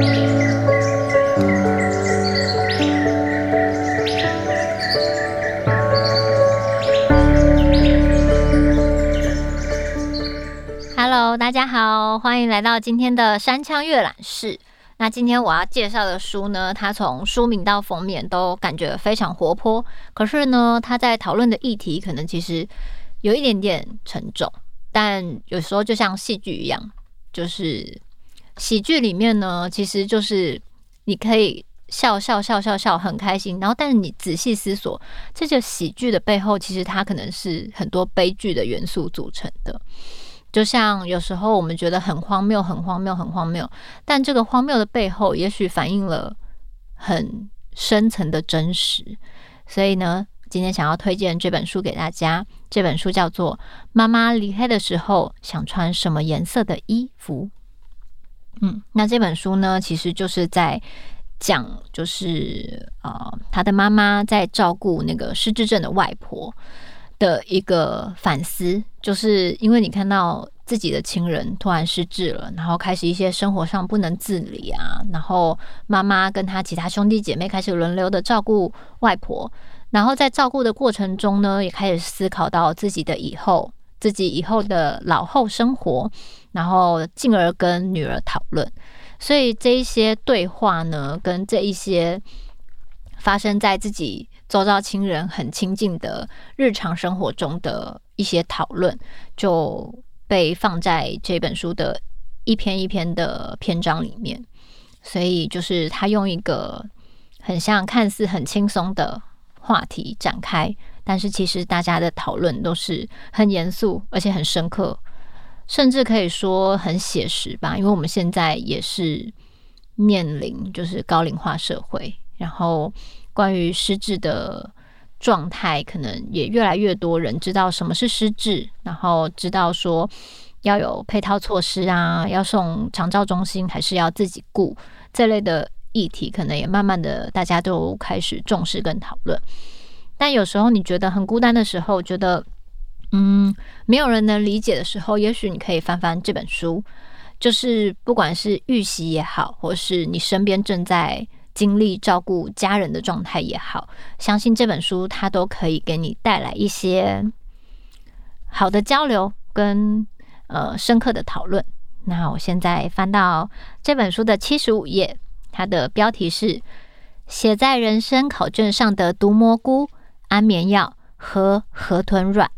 Hello， 大家好，欢迎来到今天的山羌阅览室。那今天我要介绍的书呢，它从书名到封面都感觉非常活泼，可是呢，它在讨论的议题可能其实有一点点沉重，但有时候就像戏剧一样，就是喜剧里面呢，其实就是你可以笑很开心，然后但是你仔细思索，这个喜剧的背后，其实它可能是很多悲剧的元素组成的。就像有时候我们觉得很荒谬，但这个荒谬的背后也许反映了很深层的真实。所以呢，今天想要推荐这本书给大家，这本书叫做《妈妈离开的时候想穿什么颜色的衣服》。那这本书呢，其实就是在讲，就是他的妈妈在照顾那个失智症的外婆的一个反思，就是因为你看到自己的亲人突然失智了，然后开始一些生活上不能自理啊，然后妈妈跟她其他兄弟姐妹开始轮流的照顾外婆，然后在照顾的过程中呢，也开始思考到自己以后的老后生活，然后进而跟女儿讨论。所以这一些对话呢，跟这一些发生在自己周遭亲人很亲近的日常生活中的一些讨论，就被放在这本书的一篇一篇的篇章里面。所以就是他用一个很像看似很轻松的话题展开，但是其实大家的讨论都是很严肃而且很深刻，甚至可以说很写实吧。因为我们现在也是面临就是高龄化社会，然后关于失智的状态，可能也越来越多人知道什么是失智，然后知道说要有配套措施啊，要送长照中心还是要自己顾，这类的议题可能也慢慢的大家都开始重视跟讨论。但有时候你觉得很孤单的时候，觉得没有人能理解的时候，也许你可以翻翻这本书，就是不管是预习也好，或是你身边正在经历照顾家人的状态也好，相信这本书它都可以给你带来一些好的交流跟深刻的讨论。那我现在翻到这本书的75页，它的标题是写在人生考卷上的毒蘑菇、安眠药和河豚卵。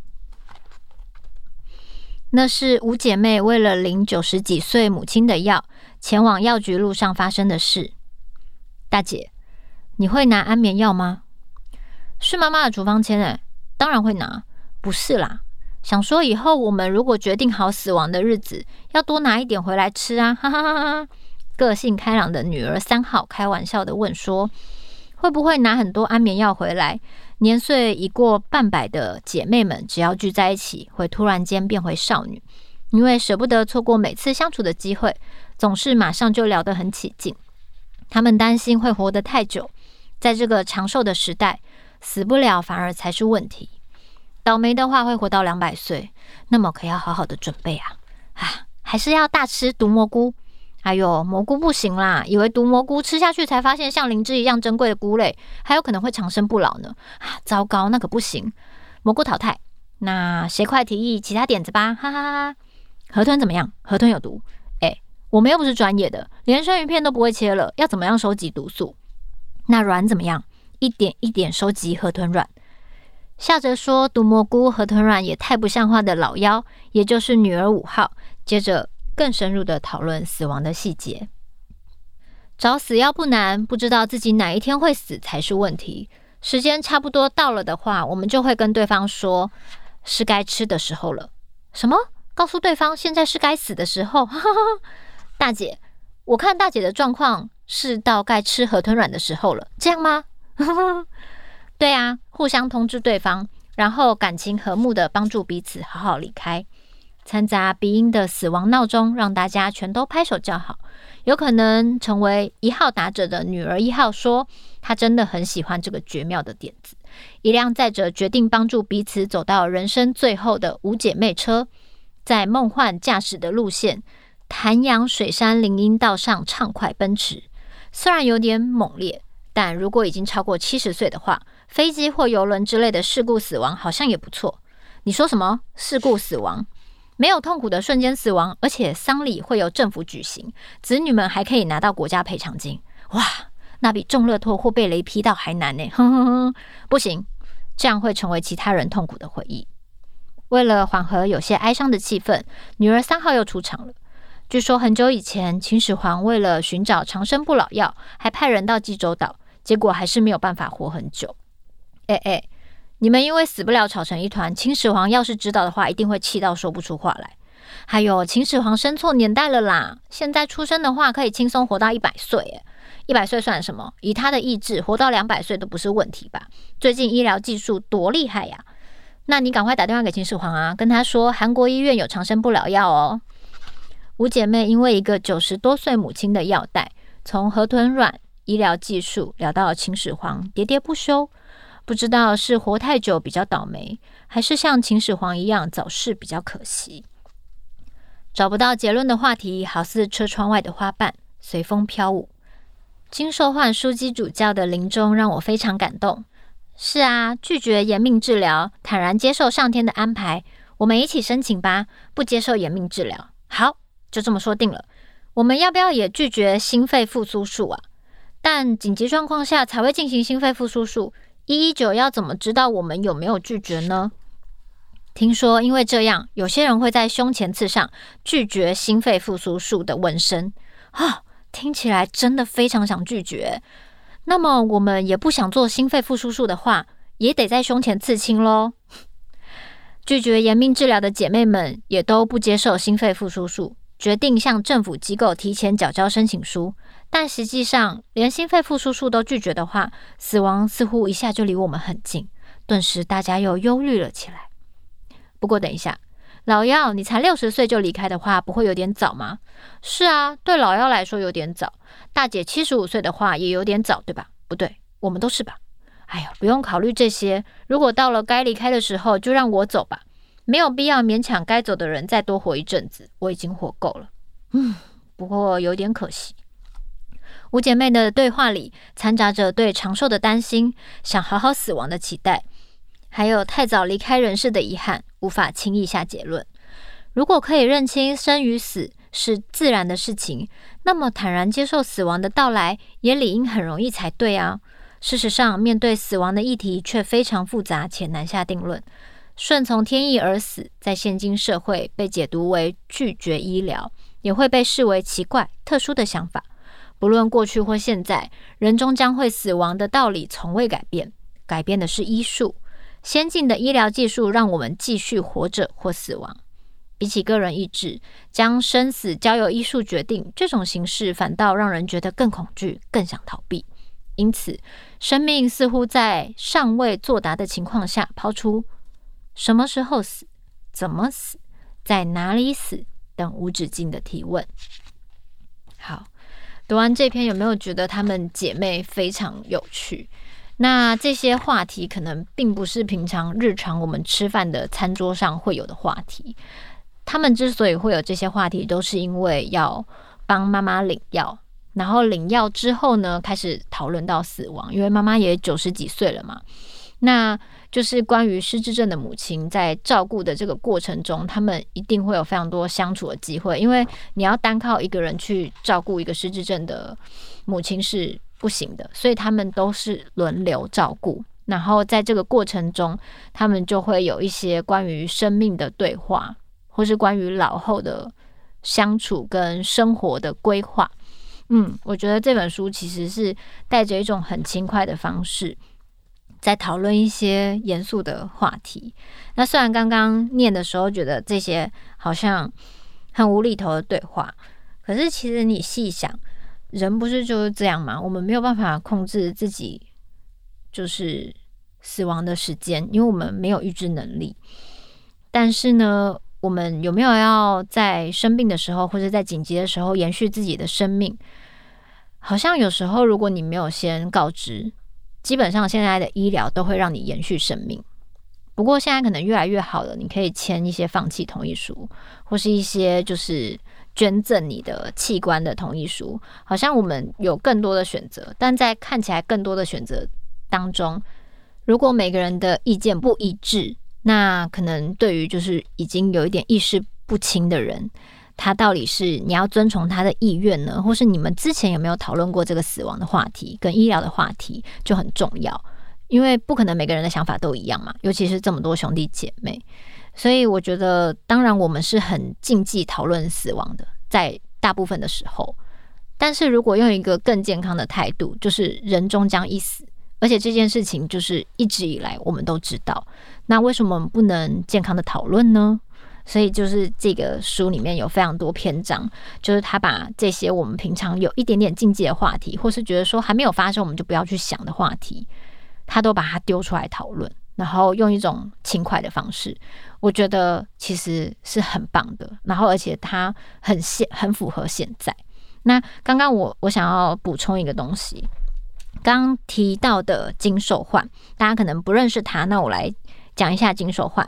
那是五姐妹为了领90几岁母亲的药，前往药局路上发生的事。大姐，你会拿安眠药吗？是妈妈的处方签当然会拿。不是啦，想说以后我们如果决定好死亡的日子，要多拿一点回来吃啊，哈哈哈哈。个性开朗的女儿3号开玩笑的问说，会不会拿很多安眠药回来？年岁已过半百的姐妹们，只要聚在一起，会突然间变回少女，因为舍不得错过每次相处的机会，总是马上就聊得很起劲。他们担心会活得太久，在这个长寿的时代，死不了反而才是问题。倒霉的话会活到200岁，那么可要好好的准备啊！还是要大吃毒蘑菇。哎呦，蘑菇不行啦，以为毒蘑菇吃下去才发现像灵芝一样珍贵的菇类，还有可能会长生不老呢。糟糕，那可不行。蘑菇淘汰，那谁快提议其他点子吧，哈哈哈哈。河豚怎么样？河豚有毒。我们又不是专业的，连生鱼片都不会切了，要怎么样收集毒素？那卵怎么样？一点一点收集河豚卵。笑着说毒蘑菇、河豚卵也太不像话的老幺，也就是女儿5号。接着更深入的讨论死亡的细节。找死药不难，不知道自己哪一天会死才是问题。时间差不多到了的话，我们就会跟对方说，是该吃的时候了。什么？告诉对方现在是该死的时候？大姐，我看大姐的状况是到该吃河豚卵的时候了，这样吗？对啊，互相通知对方，然后感情和睦的帮助彼此好好离开。掺杂鼻音的死亡闹钟让大家全都拍手叫好。有可能成为1号打者的女儿1号说，她真的很喜欢这个绝妙的点子。一辆载着决定帮助彼此走到人生最后的5姐妹车，在梦幻驾驶的路线潭阳水山林荫道上畅快奔驰。虽然有点猛烈，但如果已经超过70岁的话，飞机或邮轮之类的事故死亡好像也不错。你说什么事故死亡？没有痛苦的瞬间死亡，而且丧礼会由政府举行，子女们还可以拿到国家赔偿金。哇，那比中乐透或被雷劈到还难呢！哼哼哼，不行，这样会成为其他人痛苦的回忆。为了缓和有些哀伤的气氛，女儿3号又出场了。据说很久以前，秦始皇为了寻找长生不老药，还派人到济州岛，结果还是没有办法活很久。你们因为死不了吵成一团，秦始皇要是知道的话，一定会气到说不出话来。还有，秦始皇生错年代了啦，现在出生的话可以轻松活到100岁，100岁算什么？以他的意志，活到200岁都不是问题吧？最近医疗技术多厉害呀！那你赶快打电话给秦始皇啊，跟他说韩国医院有长生不老药哦。五姐妹因为一个90多岁母亲的药袋，从河豚卵、医疗技术聊到秦始皇，喋喋不休。不知道是活太久比较倒霉，还是像秦始皇一样早逝比较可惜。找不到结论的话题，好似车窗外的花瓣，随风飘舞。金寿焕枢机主教的临终让我非常感动。是啊，拒绝延命治疗，坦然接受上天的安排。我们一起申请吧，不接受延命治疗。好，就这么说定了。我们要不要也拒绝心肺复苏术啊？但紧急状况下才会进行心肺复苏术。119要怎么知道我们有没有拒绝呢？听说因为这样，有些人会在胸前刺上拒绝心肺复苏术的纹身听起来真的非常想拒绝。那么我们也不想做心肺复苏术的话，也得在胸前刺青咯。拒绝延命治疗的姐妹们也都不接受心肺复苏术，决定向政府机构提前缴交申请书。但实际上，连心肺复苏术都拒绝的话，死亡似乎一下就离我们很近，顿时大家又忧虑了起来。不过等一下，老幺，你才60岁就离开的话，不会有点早吗？是啊，对老幺来说有点早。大姐75岁的话也有点早，对吧？不对，我们都是吧？哎呦，不用考虑这些，如果到了该离开的时候，就让我走吧，没有必要勉强该走的人再多活一阵子，我已经活够了。不过有点可惜。五姐妹的对话里掺杂着对长寿的担心，想好好死亡的期待，还有太早离开人世的遗憾，无法轻易下结论。如果可以认清生与死是自然的事情，那么坦然接受死亡的到来也理应很容易才对啊。事实上，面对死亡的议题却非常复杂且难下定论。顺从天意而死，在现今社会被解读为拒绝医疗，也会被视为奇怪、特殊的想法。不论过去或现在，人终将会死亡的道理从未改变，改变的是医术。先进的医疗技术让我们继续活着或死亡。比起个人意志，将生死交由医术决定，这种形式反倒让人觉得更恐惧，更想逃避。因此，生命似乎在尚未作答的情况下抛出什么时候死、怎么死、在哪里死等无止境的提问。好，读完这篇有没有觉得她们姐妹非常有趣？那这些话题可能并不是平常日常我们吃饭的餐桌上会有的话题。他们之所以会有这些话题，都是因为要帮妈妈领药，然后领药之后呢，开始讨论到死亡，因为妈妈也90几岁了嘛。那就是关于失智症的母亲在照顾的这个过程中，他们一定会有非常多相处的机会，因为你要单靠一个人去照顾一个失智症的母亲是不行的，所以他们都是轮流照顾。然后在这个过程中，他们就会有一些关于生命的对话，或是关于老后的相处跟生活的规划。我觉得这本书其实是带着一种很轻快的方式在讨论一些严肃的话题。那虽然刚刚念的时候觉得这些好像很无厘头的对话，可是其实你细想，人不是就是这样吗？我们没有办法控制自己就是死亡的时间，因为我们没有预知能力。但是呢，我们有没有要在生病的时候或者在紧急的时候延续自己的生命？好像有时候如果你没有先告知，基本上现在的医疗都会让你延续生命。不过现在可能越来越好了，你可以签一些放弃同意书，或是一些就是捐赠你的器官的同意书，好像我们有更多的选择，但在看起来更多的选择当中，如果每个人的意见不一致，那可能对于就是已经有一点意识不清的人，他到底是你要遵从他的意愿呢，或是你们之前有没有讨论过这个死亡的话题跟医疗的话题就很重要，因为不可能每个人的想法都一样嘛，尤其是这么多兄弟姐妹。所以我觉得当然我们是很禁忌讨论死亡的，在大部分的时候，但是如果用一个更健康的态度，就是人终将一死，而且这件事情就是一直以来我们都知道，那为什么我们不能健康的讨论呢？所以就是这个书里面有非常多篇章，就是他把这些我们平常有一点点禁忌的话题，或是觉得说还没有发生我们就不要去想的话题，他都把它丢出来讨论，然后用一种轻快的方式，我觉得其实是很棒的，然后而且它很符合现在。那刚刚我想要补充一个东西，刚刚提到的金寿焕，大家可能不认识他，那我来讲一下金寿焕。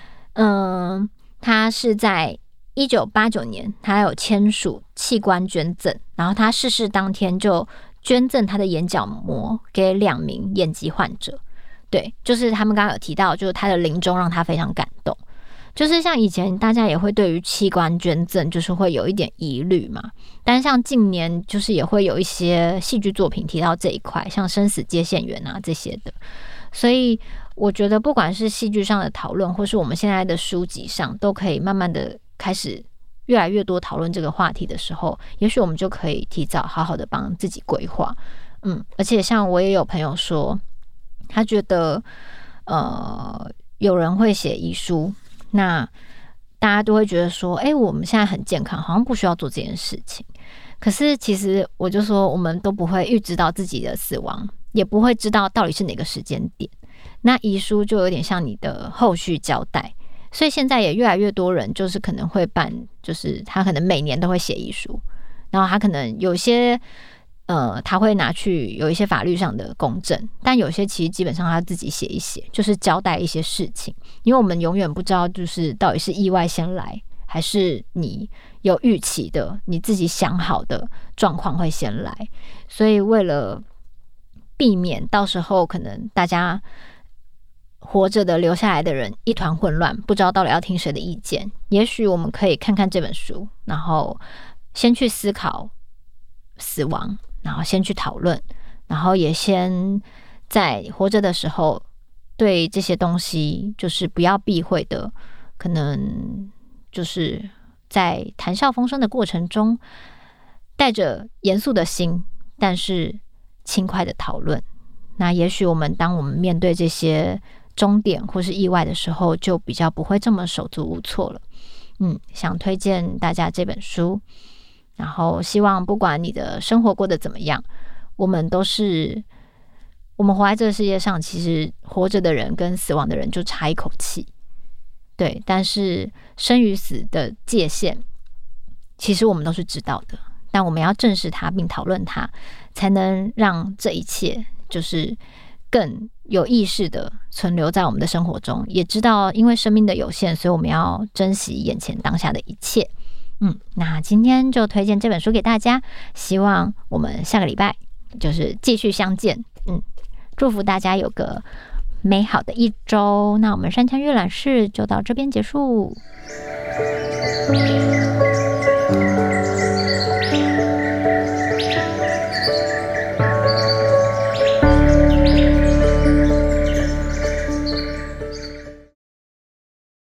他是在1989年，他有签署器官捐赠，然后他逝世当天就捐赠他的眼角膜给2名眼疾患者。对，就是他们刚刚有提到，就是他的临终让他非常感动。就是像以前大家也会对于器官捐赠就是会有一点疑虑嘛，但像近年就是也会有一些戏剧作品提到这一块，像生死接线员啊这些的。所以我觉得不管是戏剧上的讨论，或是我们现在的书籍上，都可以慢慢的开始越来越多讨论这个话题的时候，也许我们就可以提早好好的帮自己规划。而且像我也有朋友说，他觉得有人会写遗书，那大家都会觉得说我们现在很健康，好像不需要做这件事情。可是其实我就说，我们都不会预知到自己的死亡，也不会知道到底是哪个时间点，那遗书就有点像你的后续交代。所以现在也越来越多人就是可能会办，就是他可能每年都会写遗书，然后他可能有些他会拿去有一些法律上的公证，但有些其实基本上他自己写一写，就是交代一些事情。因为我们永远不知道就是到底是意外先来，还是你有预期的你自己想好的状况会先来。所以为了避免到时候可能大家活着的留下来的人一团混乱，不知道到底要听谁的意见，也许我们可以看看这本书，然后先去思考死亡，然后先去讨论，然后也先在活着的时候对这些东西就是不要避讳的，可能就是在谈笑风生的过程中带着严肃的心，但是轻快的讨论。那也许当我们面对这些终点或是意外的时候，就比较不会这么手足无措了。想推荐大家这本书，然后希望不管你的生活过得怎么样，我们活在这个世界上，其实活着的人跟死亡的人就差一口气。对，但是生与死的界限其实我们都是知道的，但我们要正视它并讨论它，才能让这一切就是更有意识的存留在我们的生活中，也知道因为生命的有限，所以我们要珍惜眼前当下的一切。那今天就推荐这本书给大家，希望我们下个礼拜就是继续相见。祝福大家有个美好的一周。那我们山羌阅览室就到这边结束。